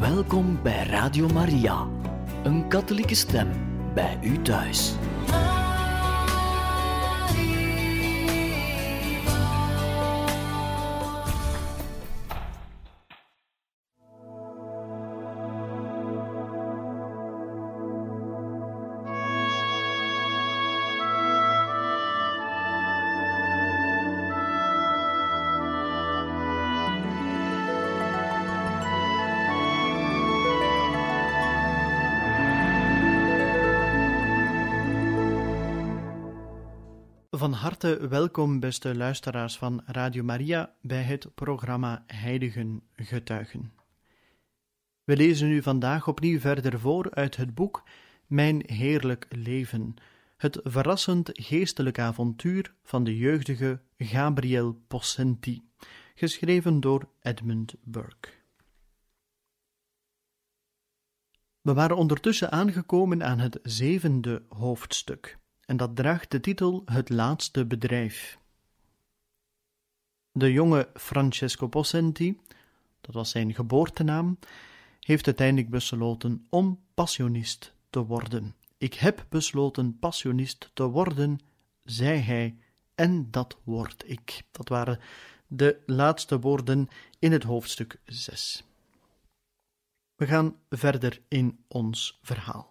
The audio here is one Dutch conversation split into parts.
Welkom bij Radio Maria, een katholieke stem bij u thuis. Van harte welkom, beste luisteraars van Radio Maria, bij het programma Heiligen Getuigen. We lezen u vandaag opnieuw verder voor uit het boek Mijn Heerlijk Leven, het verrassend geestelijk avontuur van de jeugdige Gabriel Possenti, geschreven door Edmund Burke. We waren ondertussen aangekomen aan het 7e hoofdstuk. En dat draagt de titel Het Laatste Bedrijf. De jonge Francesco Possenti, dat was zijn geboortenaam, heeft uiteindelijk besloten om passionist te worden. Ik heb besloten passionist te worden, zei hij, en dat word ik. Dat waren de laatste woorden in het hoofdstuk 6. We gaan verder in ons verhaal.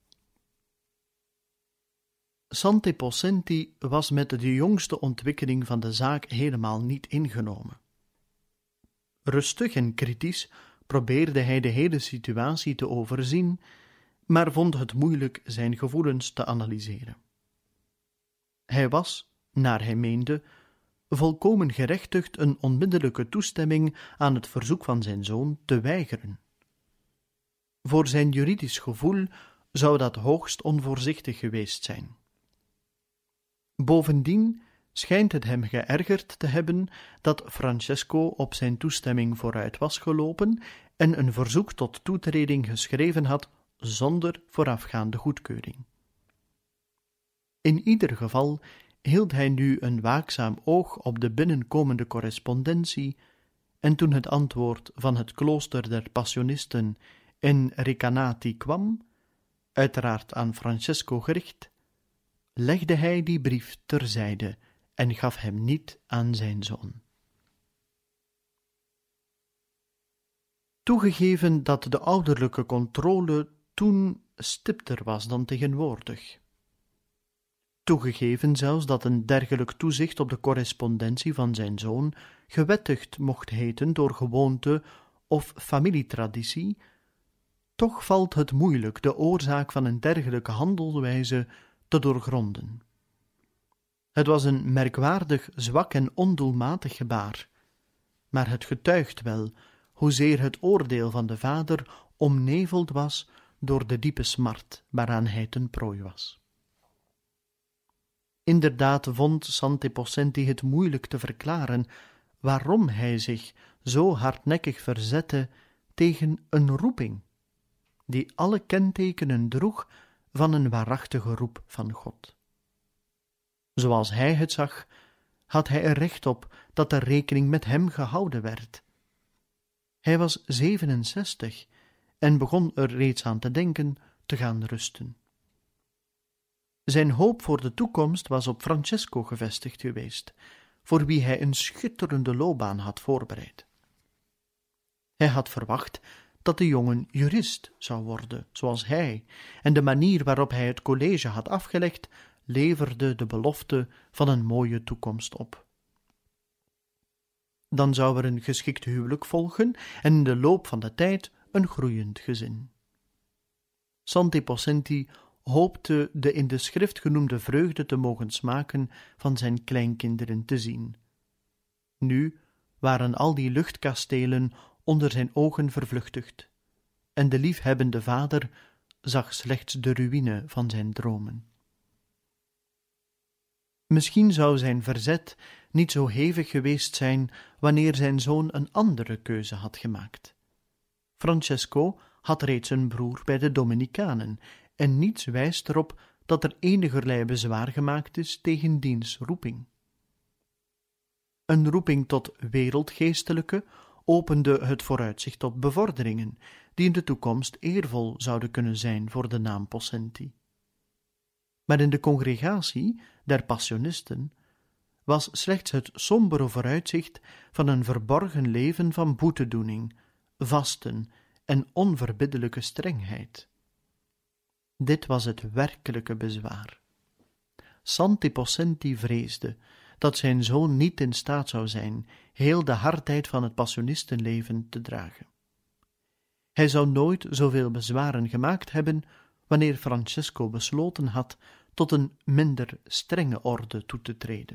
Santi Possenti was met de jongste ontwikkeling van de zaak helemaal niet ingenomen. Rustig en kritisch probeerde hij de hele situatie te overzien, maar vond het moeilijk zijn gevoelens te analyseren. Hij was, naar hij meende, volkomen gerechtigd een onmiddellijke toestemming aan het verzoek van zijn zoon te weigeren. Voor zijn juridisch gevoel zou dat hoogst onvoorzichtig geweest zijn. Bovendien schijnt het hem geërgerd te hebben dat Francesco op zijn toestemming vooruit was gelopen en een verzoek tot toetreding geschreven had zonder voorafgaande goedkeuring. In ieder geval hield hij nu een waakzaam oog op de binnenkomende correspondentie en toen het antwoord van het klooster der Passionisten in Recanati kwam, uiteraard aan Francesco gericht, legde hij die brief terzijde en gaf hem niet aan zijn zoon. Toegegeven dat de ouderlijke controle toen stipter was dan tegenwoordig. Toegegeven zelfs dat een dergelijk toezicht op de correspondentie van zijn zoon gewettigd mocht heten door gewoonte of familietraditie, toch valt het moeilijk de oorzaak van een dergelijke handelwijze te doorgronden. Het was een merkwaardig zwak en ondoelmatig gebaar, maar het getuigt wel hoezeer het oordeel van de vader omneveld was door de diepe smart waaraan hij ten prooi was. Inderdaad vond Santi Possenti het moeilijk te verklaren waarom hij zich zo hardnekkig verzette tegen een roeping, die alle kentekenen droeg van een waarachtige roep van God. Zoals hij het zag, had hij er recht op dat er rekening met hem gehouden werd. Hij was 67 en begon er reeds aan te denken te gaan rusten. Zijn hoop voor de toekomst was op Francesco gevestigd geweest, voor wie hij een schitterende loopbaan had voorbereid. Hij had verwacht dat de jongen jurist zou worden, zoals hij, en de manier waarop hij het college had afgelegd, leverde de belofte van een mooie toekomst op. Dan zou er een geschikt huwelijk volgen en in de loop van de tijd een groeiend gezin. Santi Possenti hoopte de in de schrift genoemde vreugde te mogen smaken van zijn kleinkinderen te zien. Nu waren al die luchtkastelen onder zijn ogen vervluchtigd, en de liefhebbende vader zag slechts de ruïne van zijn dromen. Misschien zou zijn verzet niet zo hevig geweest zijn wanneer zijn zoon een andere keuze had gemaakt. Francesco had reeds een broer bij de Dominicanen, en niets wijst erop dat er enigerlei bezwaar gemaakt is tegen diens roeping. Een roeping tot wereldgeestelijke opende het vooruitzicht op bevorderingen, die in de toekomst eervol zouden kunnen zijn voor de naam Possenti. Maar in de congregatie der Passionisten was slechts het sombere vooruitzicht van een verborgen leven van boetedoening, vasten en onverbiddelijke strengheid. Dit was het werkelijke bezwaar. Santi Possenti vreesde dat zijn zoon niet in staat zou zijn heel de hardheid van het passionistenleven te dragen. Hij zou nooit zoveel bezwaren gemaakt hebben wanneer Francesco besloten had tot een minder strenge orde toe te treden.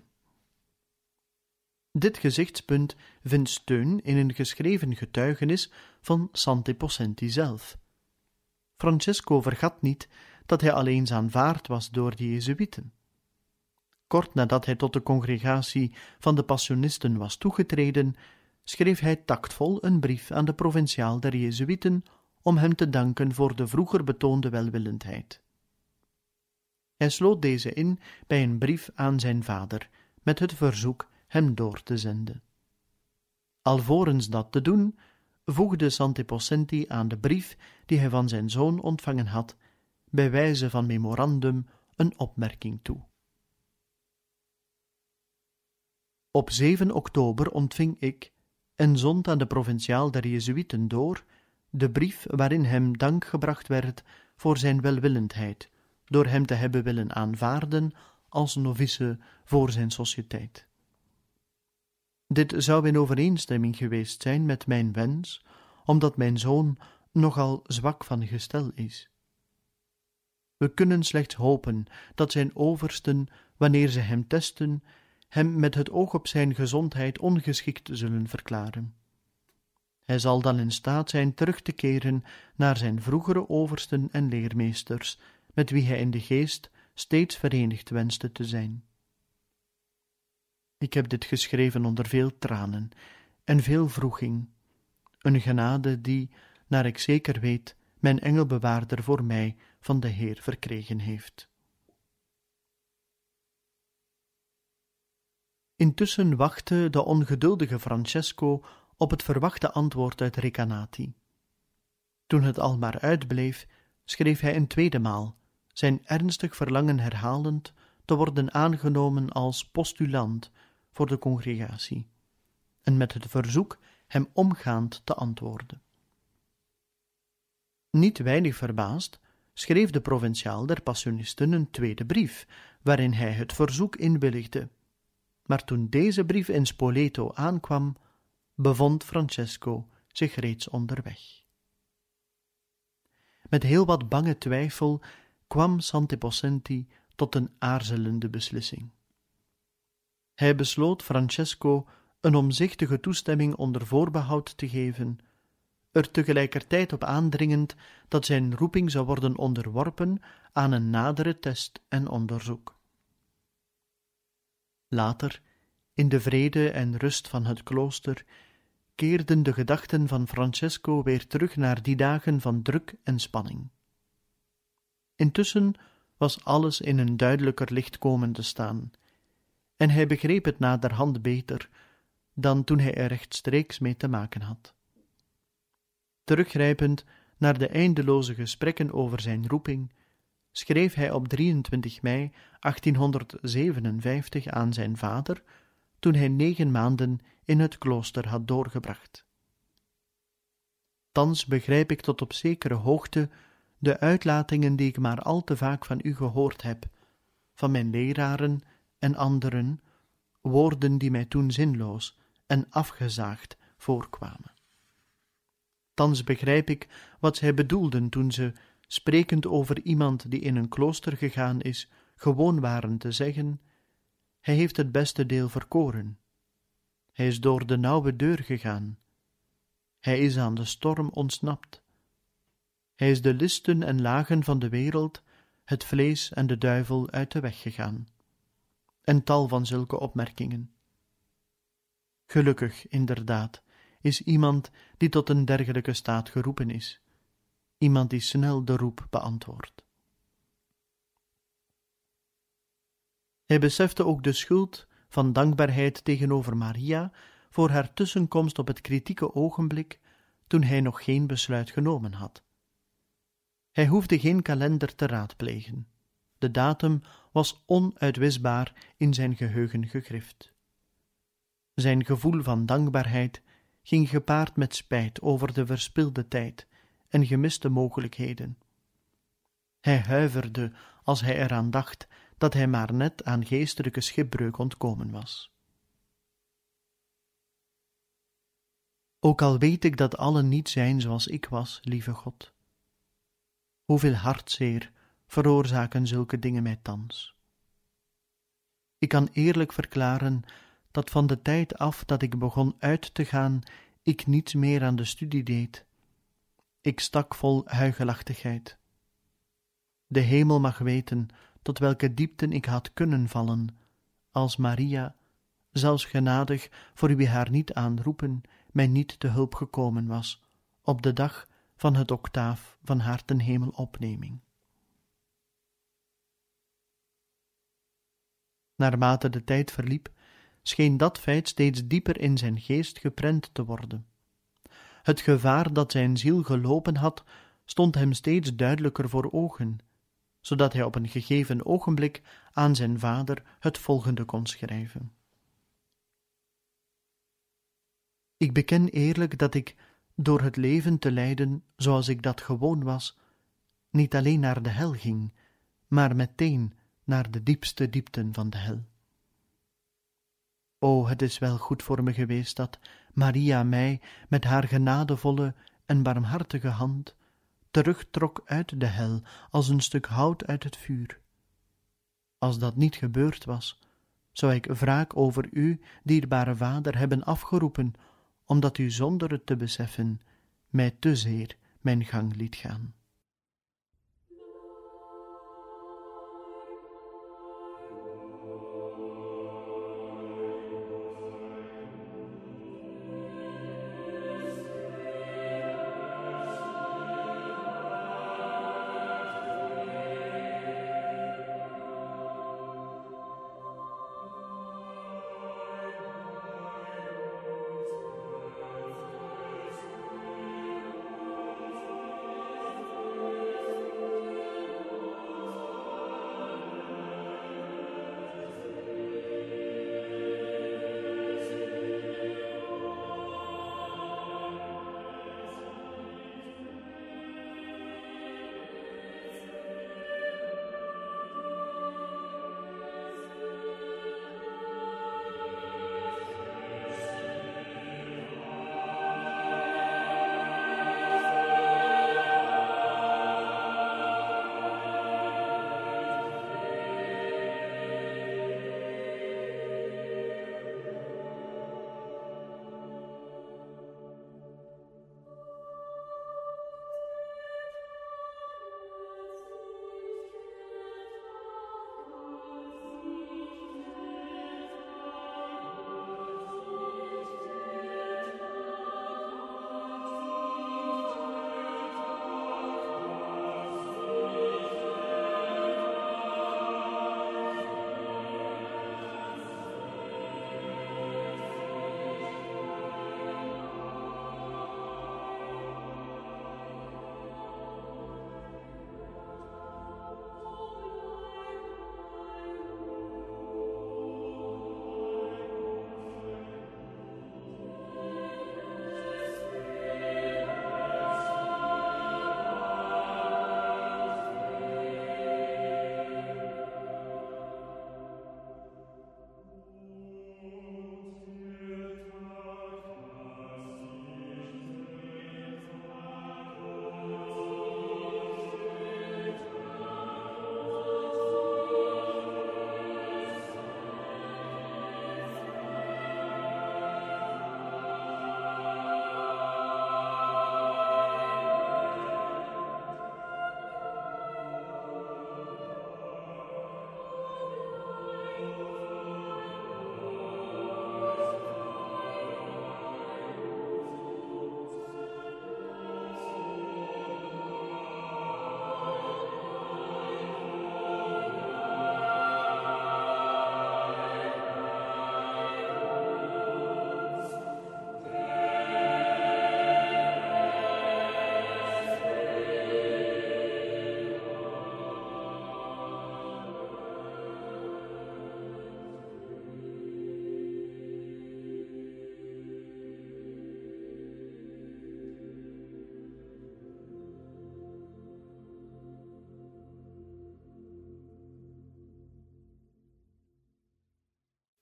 Dit gezichtspunt vindt steun in een geschreven getuigenis van Santi Possenti zelf. Francesco vergat niet dat hij al eens aanvaard was door de Jezuïeten. Kort nadat hij tot de congregatie van de Passionisten was toegetreden, schreef hij tactvol een brief aan de provinciaal der Jezuïeten om hem te danken voor de vroeger betoonde welwillendheid. Hij sloot deze in bij een brief aan zijn vader, met het verzoek hem door te zenden. Alvorens dat te doen, voegde Santi Possenti aan de brief die hij van zijn zoon ontvangen had, bij wijze van memorandum een opmerking toe. Op 7 oktober ontving ik en zond aan de provinciaal der Jezuïeten door de brief waarin hem dank gebracht werd voor zijn welwillendheid, door hem te hebben willen aanvaarden als novice voor zijn sociëteit. Dit zou in overeenstemming geweest zijn met mijn wens, omdat mijn zoon nogal zwak van gestel is. We kunnen slechts hopen dat zijn oversten, wanneer ze hem testen, hem met het oog op zijn gezondheid ongeschikt zullen verklaren. Hij zal dan in staat zijn terug te keren naar zijn vroegere oversten en leermeesters, met wie hij in de geest steeds verenigd wenste te zijn. Ik heb dit geschreven onder veel tranen en veel wroeging, een genade die, naar ik zeker weet, mijn engelbewaarder voor mij van de Heer verkregen heeft. Intussen wachtte de ongeduldige Francesco op het verwachte antwoord uit Recanati. Toen het al maar uitbleef, schreef hij een tweede maal, zijn ernstig verlangen herhalend te worden aangenomen als postulant voor de congregatie, en met het verzoek hem omgaand te antwoorden. Niet weinig verbaasd schreef de provinciaal der Passionisten een tweede brief, waarin hij het verzoek inwilligde. Maar toen deze brief in Spoleto aankwam, bevond Francesco zich reeds onderweg. Met heel wat bange twijfel kwam Santi Possenti tot een aarzelende beslissing. Hij besloot Francesco een omzichtige toestemming onder voorbehoud te geven, er tegelijkertijd op aandringend dat zijn roeping zou worden onderworpen aan een nadere test en onderzoek. Later, in de vrede en rust van het klooster, keerden de gedachten van Francesco weer terug naar die dagen van druk en spanning. Intussen was alles in een duidelijker licht komen te staan, en hij begreep het naderhand beter dan toen hij er rechtstreeks mee te maken had. Teruggrijpend naar de eindeloze gesprekken over zijn roeping, schreef hij op 23 mei 1857 aan zijn vader, toen hij 9 maanden in het klooster had doorgebracht. Thans begrijp ik tot op zekere hoogte de uitlatingen die ik maar al te vaak van u gehoord heb, van mijn leraren en anderen, woorden die mij toen zinloos en afgezaagd voorkwamen. Thans begrijp ik wat zij bedoelden toen ze, sprekend over iemand die in een klooster gegaan is, gewoon waren te zeggen: hij heeft het beste deel verkoren. Hij is door de nauwe deur gegaan. Hij is aan de storm ontsnapt. Hij is de listen en lagen van de wereld, het vlees en de duivel uit de weg gegaan. En tal van zulke opmerkingen. Gelukkig, inderdaad, is iemand die tot een dergelijke staat geroepen is. Iemand die snel de roep beantwoordt. Hij besefte ook de schuld van dankbaarheid tegenover Maria voor haar tussenkomst op het kritieke ogenblik, toen hij nog geen besluit genomen had. Hij hoefde geen kalender te raadplegen. De datum was onuitwisbaar in zijn geheugen gegrift. Zijn gevoel van dankbaarheid ging gepaard met spijt over de verspilde tijd en gemiste mogelijkheden. Hij huiverde als hij eraan dacht dat hij maar net aan geestelijke schipbreuk ontkomen was. Ook al weet ik dat allen niet zijn zoals ik was, lieve God. Hoeveel hartzeer veroorzaken zulke dingen mij thans. Ik kan eerlijk verklaren dat van de tijd af dat ik begon uit te gaan, ik niets meer aan de studie deed. Ik stak vol huichelachtigheid. De hemel mag weten tot welke diepten ik had kunnen vallen, als Maria, zelfs genadig voor wie haar niet aanroepen, mij niet te hulp gekomen was, op de dag van het octaaf van haar ten hemel opneming. Naarmate de tijd verliep, scheen dat feit steeds dieper in zijn geest geprent te worden. Het gevaar dat zijn ziel gelopen had, stond hem steeds duidelijker voor ogen, zodat hij op een gegeven ogenblik aan zijn vader het volgende kon schrijven. Ik beken eerlijk dat ik, door het leven te leiden zoals ik dat gewoon was, niet alleen naar de hel ging, maar meteen naar de diepste diepten van de hel. O, het is wel goed voor me geweest dat Maria mij met haar genadevolle en barmhartige hand terugtrok uit de hel als een stuk hout uit het vuur. Als dat niet gebeurd was, zou ik wraak over u, dierbare vader, hebben afgeroepen, omdat u zonder het te beseffen mij te zeer mijn gang liet gaan.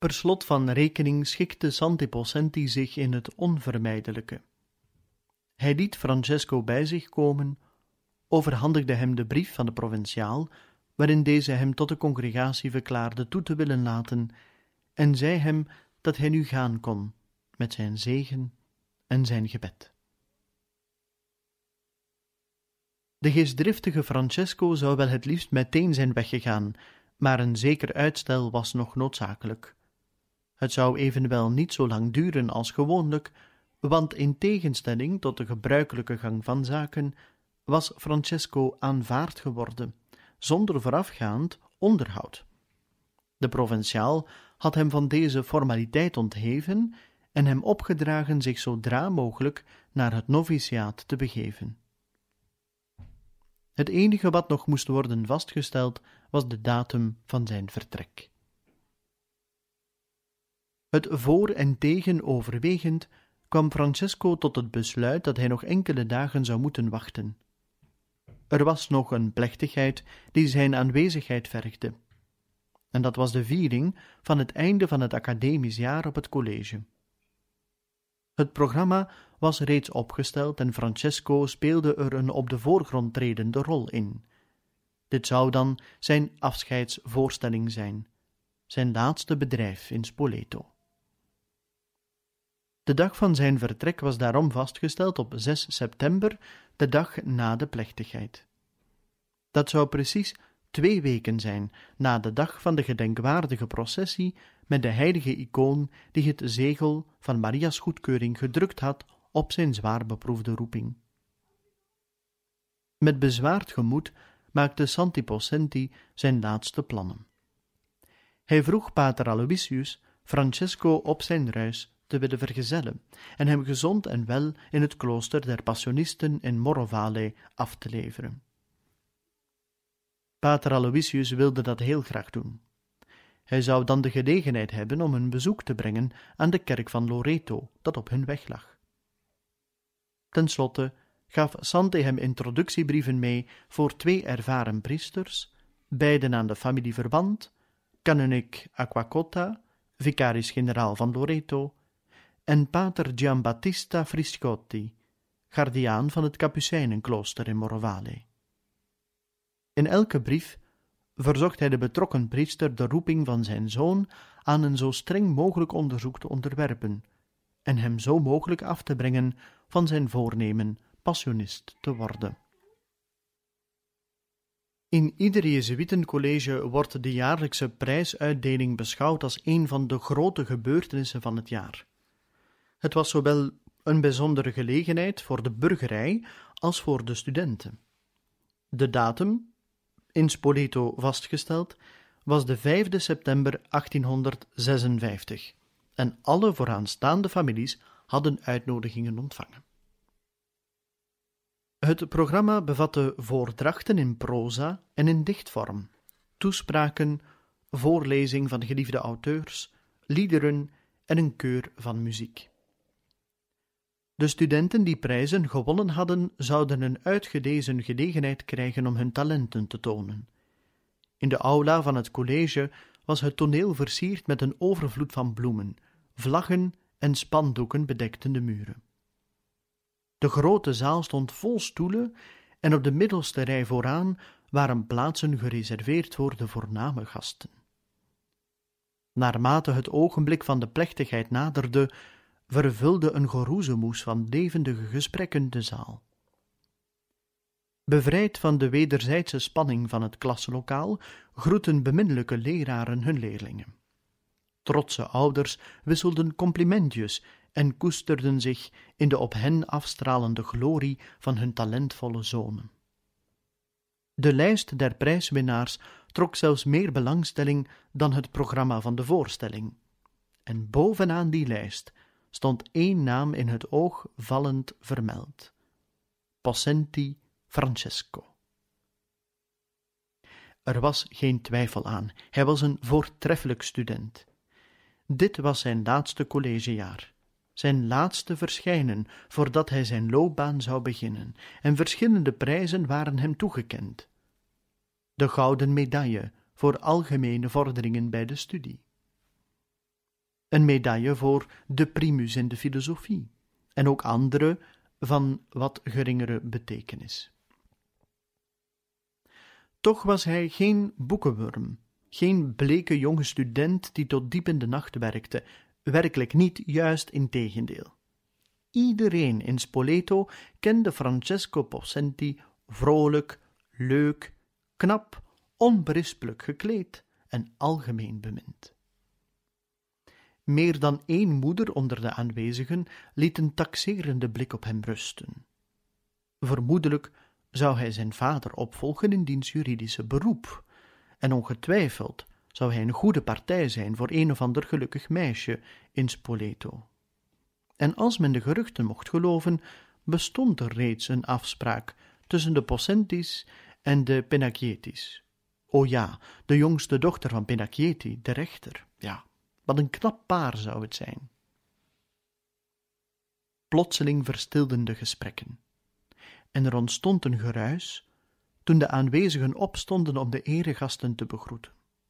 Per slot van rekening schikte Santi Possenti zich in het onvermijdelijke. Hij liet Francesco bij zich komen, overhandigde hem de brief van de provinciaal, waarin deze hem tot de congregatie verklaarde toe te willen laten, en zei hem dat hij nu gaan kon, met zijn zegen en zijn gebed. De geestdriftige Francesco zou wel het liefst meteen zijn weggegaan, maar een zeker uitstel was nog noodzakelijk. Het zou evenwel niet zo lang duren als gewoonlijk, want in tegenstelling tot de gebruikelijke gang van zaken was Francesco aanvaard geworden, zonder voorafgaand onderhoud. De provinciaal had hem van deze formaliteit ontheven en hem opgedragen zich zodra mogelijk naar het noviciaat te begeven. Het enige wat nog moest worden vastgesteld was de datum van zijn vertrek. Het voor en tegen overwegend kwam Francesco tot het besluit dat hij nog enkele dagen zou moeten wachten. Er was nog een plechtigheid die zijn aanwezigheid vergde, en dat was de viering van het einde van het academisch jaar op het college. Het programma was reeds opgesteld en Francesco speelde er een op de voorgrond tredende rol in. Dit zou dan zijn afscheidsvoorstelling zijn, zijn laatste bedrijf in Spoleto. De dag van zijn vertrek was daarom vastgesteld op 6 september, de dag na de plechtigheid. Dat zou precies 2 weken zijn na de dag van de gedenkwaardige processie met de heilige icoon die het zegel van Maria's goedkeuring gedrukt had op zijn zwaar beproefde roeping. Met bezwaard gemoed maakte Santi Possenti zijn laatste plannen. Hij vroeg pater Aloysius Francesco op zijn reis te willen vergezellen en hem gezond en wel in het klooster der Passionisten in Morovale af te leveren. Pater Aloysius wilde dat heel graag doen. Hij zou dan de gelegenheid hebben om een bezoek te brengen aan de kerk van Loreto, dat op hun weg lag. Ten slotte gaf Santi hem introductiebrieven mee voor 2 ervaren priesters, beiden aan de familie verwant, kanonik Acquacotta, vicaris-generaal van Loreto, en pater Giambattista Friscotti, gardiaan van het Kapucijnenklooster in Morovale. In elke brief verzocht hij de betrokken priester de roeping van zijn zoon aan een zo streng mogelijk onderzoek te onderwerpen en hem zo mogelijk af te brengen van zijn voornemen passionist te worden. In ieder Jezuïtencollege wordt de jaarlijkse prijsuitdeling beschouwd als een van de grote gebeurtenissen van het jaar. Het was zowel een bijzondere gelegenheid voor de burgerij als voor de studenten. De datum, in Spoleto vastgesteld, was de 5 september 1856 en alle vooraanstaande families hadden uitnodigingen ontvangen. Het programma bevatte voordrachten in proza en in dichtvorm, toespraken, voorlezing van geliefde auteurs, liederen en een keur van muziek. De studenten die prijzen gewonnen hadden, zouden een uitgelezen gelegenheid krijgen om hun talenten te tonen. In de aula van het college was het toneel versierd met een overvloed van bloemen, vlaggen en spandoeken bedekten de muren. De grote zaal stond vol stoelen en op de middelste rij vooraan waren plaatsen gereserveerd voor de voorname gasten. Naarmate het ogenblik van de plechtigheid naderde, vervulde een geroezemoes van levendige gesprekken de zaal. Bevrijd van de wederzijdse spanning van het klaslokaal, groetten beminnelijke leraren hun leerlingen. Trotse ouders wisselden complimentjes en koesterden zich in de op hen afstralende glorie van hun talentvolle zonen. De lijst der prijswinnaars trok zelfs meer belangstelling dan het programma van de voorstelling. En bovenaan die lijst stond 1 naam in het oog vallend vermeld: Possenti Francesco. Er was geen twijfel aan, hij was een voortreffelijk student. Dit was zijn laatste collegejaar, zijn laatste verschijnen voordat hij zijn loopbaan zou beginnen, en verschillende prijzen waren hem toegekend. De gouden medaille voor algemene vorderingen bij de studie, een medaille voor de primus in de filosofie, en ook andere van wat geringere betekenis. Toch was hij geen boekenworm, geen bleke jonge student die tot diep in de nacht werkte, werkelijk niet, juist integendeel. Iedereen in Spoleto kende Francesco Possenti vrolijk, leuk, knap, onberispelijk gekleed en algemeen bemind. Meer dan 1 moeder onder de aanwezigen liet een taxerende blik op hem rusten. Vermoedelijk zou hij zijn vader opvolgen in diens juridische beroep, en ongetwijfeld zou hij een goede partij zijn voor een of ander gelukkig meisje in Spoleto. En als men de geruchten mocht geloven, bestond er reeds een afspraak tussen de Possentis en de Penacchietis. O ja, de jongste dochter van Penacchieti, de rechter. Ja, wat een knap paar zou het zijn. Plotseling verstilden de gesprekken, en er ontstond een geruis toen de aanwezigen opstonden om de eregasten te begroeten.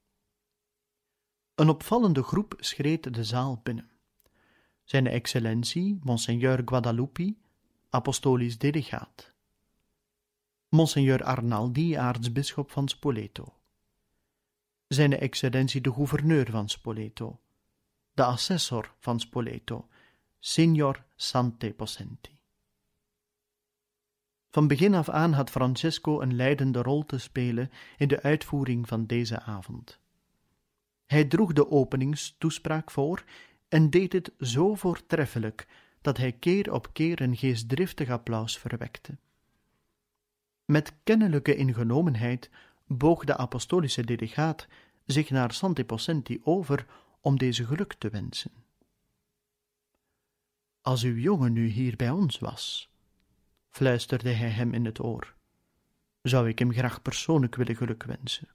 Een opvallende groep schreed de zaal binnen. Zijn excellentie, Monseigneur Guadalupi, apostolisch delegaat. Monseigneur Arnaldi, aartsbisschop van Spoleto. Zijn excellentie de gouverneur van Spoleto. De assessor van Spoleto, Signor Sante Possenti. Van begin af aan had Francesco een leidende rol te spelen in de uitvoering van deze avond. Hij droeg de openingstoespraak voor en deed het zo voortreffelijk dat hij keer op keer een geestdriftig applaus verwekte. Met kennelijke ingenomenheid boog de apostolische delegaat zich naar Sante Possenti over om deze geluk te wensen. Als uw jongen nu hier bij ons was, fluisterde hij hem in het oor, zou ik hem graag persoonlijk willen gelukwensen.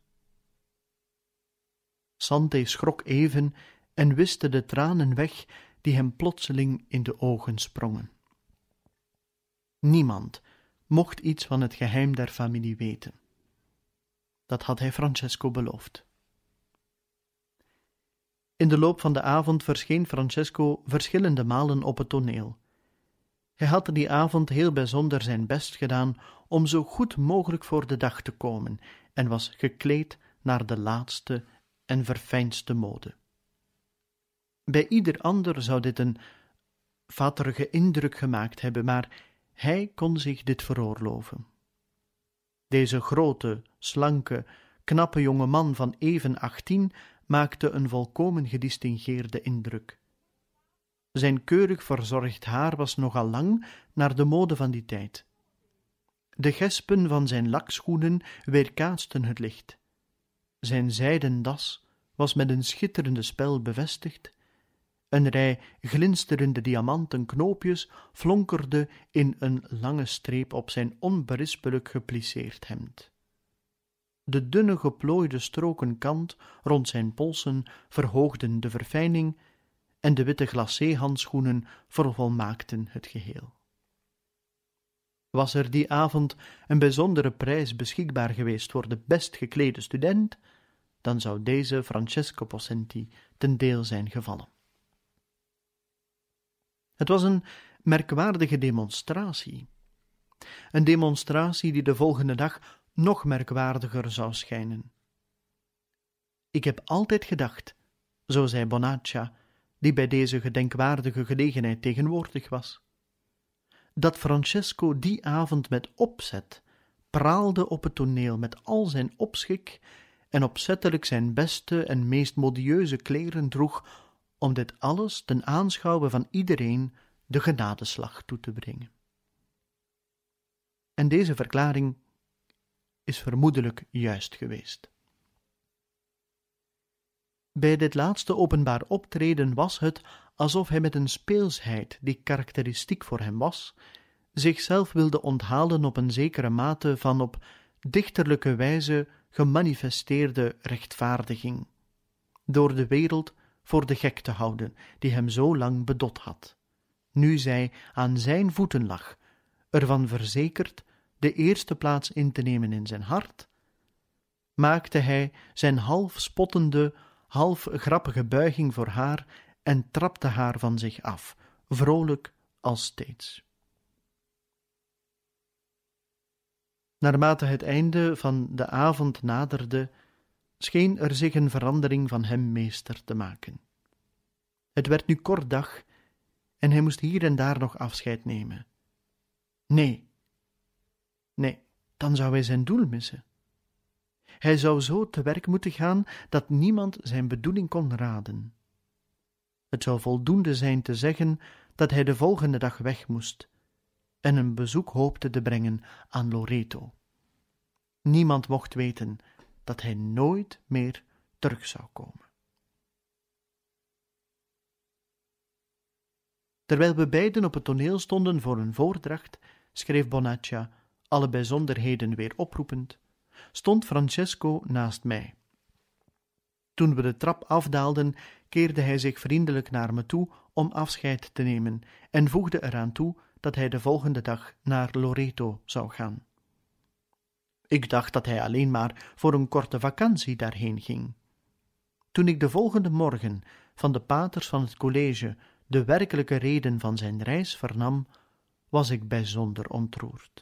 Sante schrok even en wischte de tranen weg die hem plotseling in de ogen sprongen. Niemand mocht iets van het geheim der familie weten. Dat had hij Francesco beloofd. In de loop van de avond verscheen Francesco verschillende malen op het toneel. Hij had die avond heel bijzonder zijn best gedaan om zo goed mogelijk voor de dag te komen en was gekleed naar de laatste en verfijndste mode. Bij ieder ander zou dit een fatterige indruk gemaakt hebben, maar hij kon zich dit veroorloven. Deze grote, slanke, knappe jonge man van even 18 maakte een volkomen gedistingeerde indruk. Zijn keurig verzorgd haar was nogal lang naar de mode van die tijd. De gespen van zijn lakschoenen weerkaatsten het licht. Zijn zijden das was met een schitterende spel bevestigd. Een rij glinsterende diamanten knoopjes flonkerde in een lange streep op zijn onberispelijk geplisseerd hemd. De dunne geplooide stroken kant rond zijn polsen verhoogden de verfijning en de witte glacé-handschoenen vervolmaakten het geheel. Was er die avond een bijzondere prijs beschikbaar geweest voor de best geklede student, dan zou deze Francesco Possenti ten deel zijn gevallen. Het was een merkwaardige demonstratie. Een demonstratie die de volgende dag nog merkwaardiger zou schijnen. Ik heb altijd gedacht, zo zei Bonaccia, die bij deze gedenkwaardige gelegenheid tegenwoordig was, dat Francesco die avond met opzet praalde op het toneel met al zijn opschik en opzettelijk zijn beste en meest modieuze kleren droeg om dit alles ten aanschouwe van iedereen de genadeslag toe te brengen. En deze verklaring is vermoedelijk juist geweest. Bij dit laatste openbaar optreden was het alsof hij met een speelsheid, die karakteristiek voor hem was, zichzelf wilde onthalen op een zekere mate van op dichterlijke wijze gemanifesteerde rechtvaardiging, door de wereld voor de gek te houden, die hem zo lang bedot had. Nu zij aan zijn voeten lag, ervan verzekerd de eerste plaats in te nemen in zijn hart, maakte hij zijn half spottende, half grappige buiging voor haar en trapte haar van zich af, vrolijk als steeds. Naarmate het einde van de avond naderde, scheen er zich een verandering van hem meester te maken. Het werd nu kort dag en hij moest hier en daar nog afscheid nemen. Nee, dan zou hij zijn doel missen. Hij zou zo te werk moeten gaan dat niemand zijn bedoeling kon raden. Het zou voldoende zijn te zeggen dat hij de volgende dag weg moest en een bezoek hoopte te brengen aan Loreto. Niemand mocht weten dat hij nooit meer terug zou komen. Terwijl we beiden op het toneel stonden voor een voordracht, schreef Bonaccia, alle bijzonderheden weer oproepend, stond Francesco naast mij. Toen we de trap afdaalden, keerde hij zich vriendelijk naar me toe om afscheid te nemen en voegde eraan toe dat hij de volgende dag naar Loreto zou gaan. Ik dacht dat hij alleen maar voor een korte vakantie daarheen ging. Toen ik de volgende morgen van de paters van het college de werkelijke reden van zijn reis vernam, was ik bijzonder ontroerd.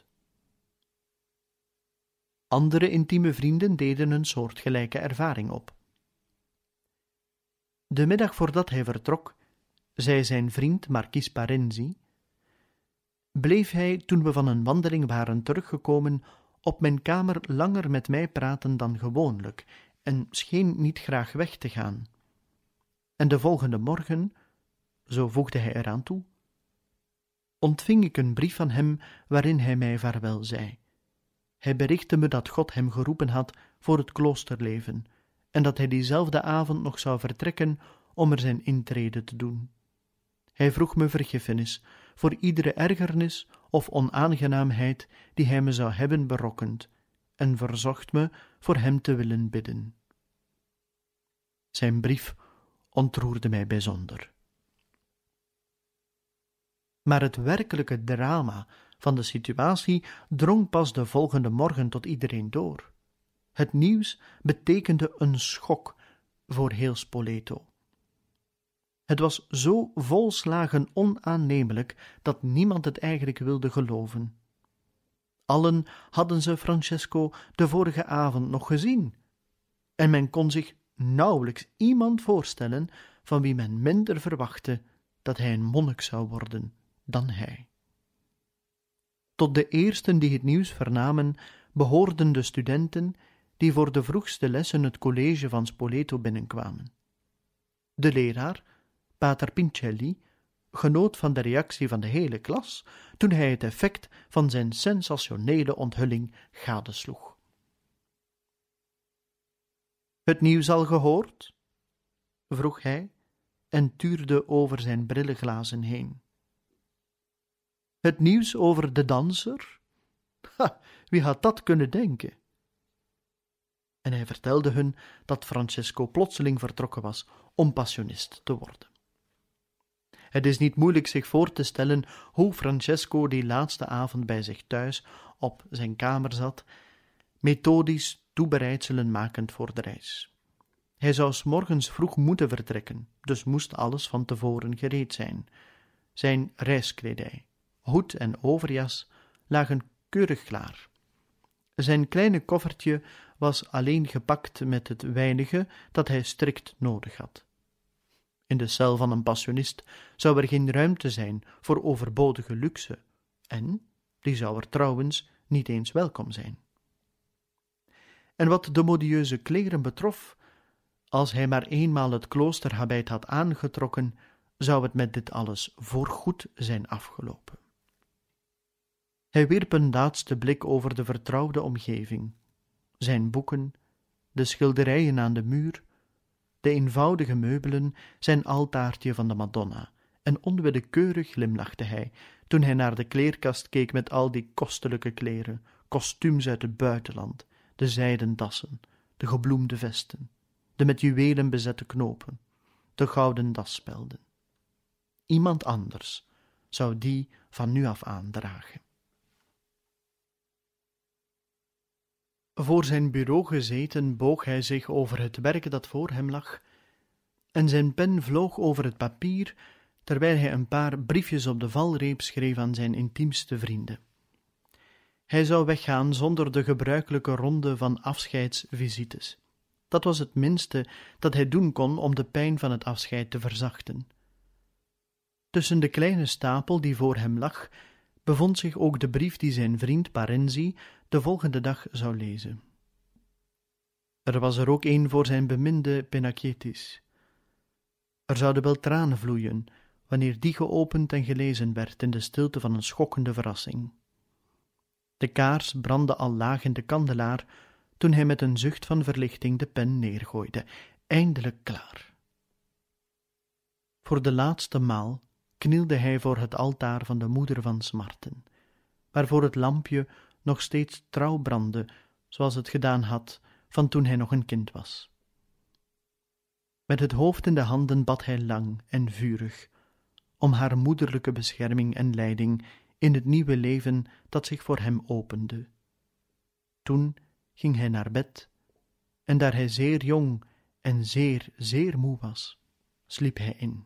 Andere intieme vrienden deden een soortgelijke ervaring op. De middag voordat hij vertrok, zei zijn vriend Marquis Parenzi, bleef hij, toen we van een wandeling waren teruggekomen, op mijn kamer langer met mij praten dan gewoonlijk en scheen niet graag weg te gaan. En de volgende morgen, zo voegde hij eraan toe, ontving ik een brief van hem waarin hij mij vaarwel zei. Hij berichtte me dat God hem geroepen had voor het kloosterleven en dat hij diezelfde avond nog zou vertrekken om er zijn intrede te doen. Hij vroeg me vergiffenis voor iedere ergernis of onaangenaamheid die hij me zou hebben berokkend en verzocht me voor hem te willen bidden. Zijn brief ontroerde mij bijzonder. Maar het werkelijke drama van de situatie drong pas de volgende morgen tot iedereen door. Het nieuws betekende een schok voor heel Spoleto. Het was zo volslagen onaannemelijk dat niemand het eigenlijk wilde geloven. Allen hadden ze Francesco de vorige avond nog gezien, en men kon zich nauwelijks iemand voorstellen van wie men minder verwachtte dat hij een monnik zou worden dan hij. Tot de eersten die het nieuws vernamen behoorden de studenten die voor de vroegste lessen het college van Spoleto binnenkwamen. De leraar, pater Pincelli, genoot van de reactie van de hele klas toen hij het effect van zijn sensationele onthulling gadesloeg. Het nieuws al gehoord? Vroeg hij en tuurde over zijn brillenglazen heen. Het nieuws over de danser? Wie had dat kunnen denken? En hij vertelde hun dat Francesco plotseling vertrokken was om passionist te worden. Het is niet moeilijk zich voor te stellen hoe Francesco die laatste avond bij zich thuis op zijn kamer zat, methodisch toebereidselen makend voor de reis. Hij zou 's morgens vroeg moeten vertrekken, dus moest alles van tevoren gereed zijn. Zijn reiskledij, hoed en overjas lagen keurig klaar. Zijn kleine koffertje was alleen gepakt met het weinige dat hij strikt nodig had. In de cel van een passionist zou er geen ruimte zijn voor overbodige luxe, en die zou er trouwens niet eens welkom zijn. En wat de modieuze kleren betrof, als hij maar eenmaal het kloosterhabit had aangetrokken, zou het met dit alles voorgoed zijn afgelopen. Hij wierp een laatste blik over de vertrouwde omgeving, zijn boeken, de schilderijen aan de muur, de eenvoudige meubelen, zijn altaartje van de Madonna, en onwillekeurig glimlachte hij toen hij naar de kleerkast keek met al die kostelijke kleren, kostuums uit het buitenland, de zijden dassen, de gebloemde vesten, de met juwelen bezette knopen, de gouden dasspelden. Iemand anders zou die van nu af aan dragen. Voor zijn bureau gezeten boog hij zich over het werk dat voor hem lag en zijn pen vloog over het papier, terwijl hij een paar briefjes op de valreep schreef aan zijn intiemste vrienden. Hij zou weggaan zonder de gebruikelijke ronde van afscheidsvisites. Dat was het minste dat hij doen kon om de pijn van het afscheid te verzachten. Tussen de kleine stapel die voor hem lag, bevond zich ook de brief die zijn vriend Parenzi de volgende dag zou lezen. Er was er ook een voor zijn beminde Penakietis. Er zouden wel tranen vloeien, wanneer die geopend en gelezen werd in de stilte van een schokkende verrassing. De kaars brandde al laag in de kandelaar, toen hij met een zucht van verlichting de pen neergooide, eindelijk klaar. Voor de laatste maal knielde hij voor het altaar van de moeder van smarten, waarvoor het lampje nog steeds trouw brandde, zoals het gedaan had van toen hij nog een kind was. Met het hoofd in de handen bad hij lang en vurig om haar moederlijke bescherming en leiding in het nieuwe leven dat zich voor hem opende. Toen ging hij naar bed, en daar hij zeer jong en zeer moe was, sliep hij in.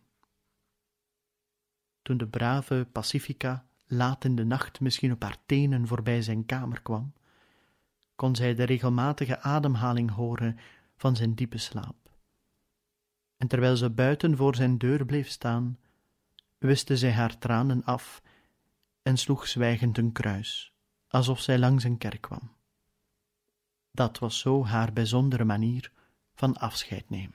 Toen de brave Pacifica laat in de nacht misschien op haar tenen voorbij zijn kamer kwam, kon zij de regelmatige ademhaling horen van zijn diepe slaap. En terwijl ze buiten voor zijn deur bleef staan, wischte zij haar tranen af en sloeg zwijgend een kruis, alsof zij langs een kerk kwam. Dat was zo haar bijzondere manier van afscheid nemen.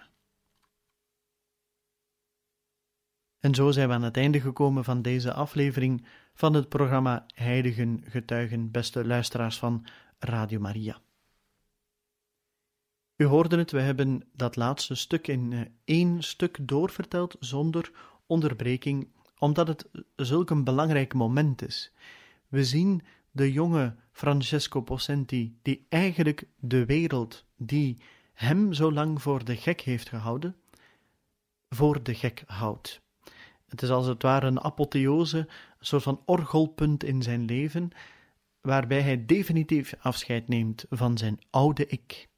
En zo zijn we aan het einde gekomen van deze aflevering van het programma Heiligen Getuigen, beste luisteraars van Radio Maria. U hoorde het, we hebben dat laatste stuk in één stuk doorverteld zonder onderbreking, omdat het zulk een belangrijk moment is. We zien de jonge Francesco Possenti, die eigenlijk de wereld, die hem zo lang voor de gek heeft gehouden, voor de gek houdt. Het is als het ware een apotheose, een soort van orgelpunt in zijn leven, waarbij hij definitief afscheid neemt van zijn oude ik.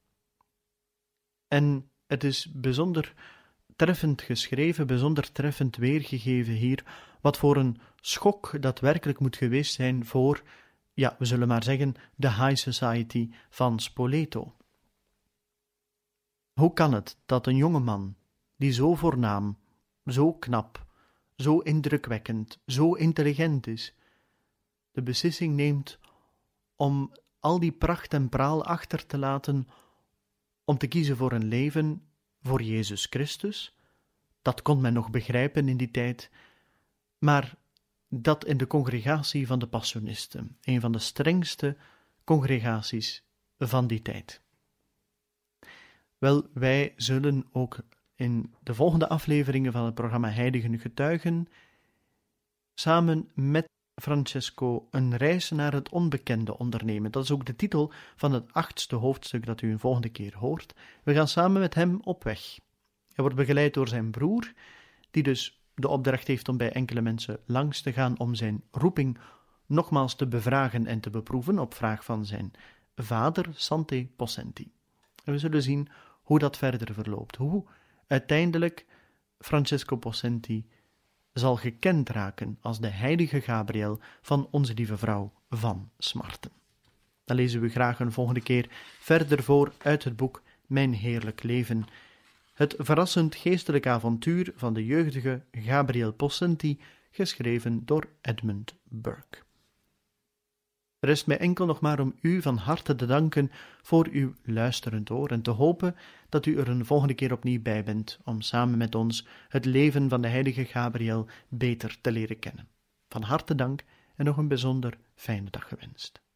En het is bijzonder treffend geschreven, bijzonder treffend weergegeven hier, wat voor een schok dat werkelijk moet geweest zijn voor, ja, we zullen maar zeggen, de high society van Spoleto. Hoe kan het dat een jonge man, die zo voornaam, zo knap, zo indrukwekkend, zo intelligent is, de beslissing neemt om al die pracht en praal achter te laten, om te kiezen voor een leven voor Jezus Christus? Dat kon men nog begrijpen in die tijd, maar dat in de congregatie van de Passionisten, een van de strengste congregaties van die tijd. Wel, wij zullen ook in de volgende afleveringen van het programma Heiligen Getuigen samen met Francesco een reis naar het onbekende ondernemen. Dat is ook de titel van het 8e hoofdstuk dat u een volgende keer hoort. We gaan samen met hem op weg. Hij wordt begeleid door zijn broer, die dus de opdracht heeft om bij enkele mensen langs te gaan om zijn roeping nogmaals te bevragen en te beproeven op vraag van zijn vader, Sante Possenti. En we zullen zien hoe dat verder verloopt, hoe uiteindelijk Francesco Possenti zal gekend raken als de heilige Gabriel van Onze Lieve Vrouw van Smarten. Dan lezen we graag een volgende keer verder voor uit het boek Mijn Heerlijk Leven, het verrassend geestelijk avontuur van de jeugdige Gabriel Possenti, geschreven door Edmund Burke. Rest mij enkel nog maar om u van harte te danken voor uw luisterend oor en te hopen dat u er een volgende keer opnieuw bij bent om samen met ons het leven van de heilige Gabriel beter te leren kennen. Van harte dank en nog een bijzonder fijne dag gewenst.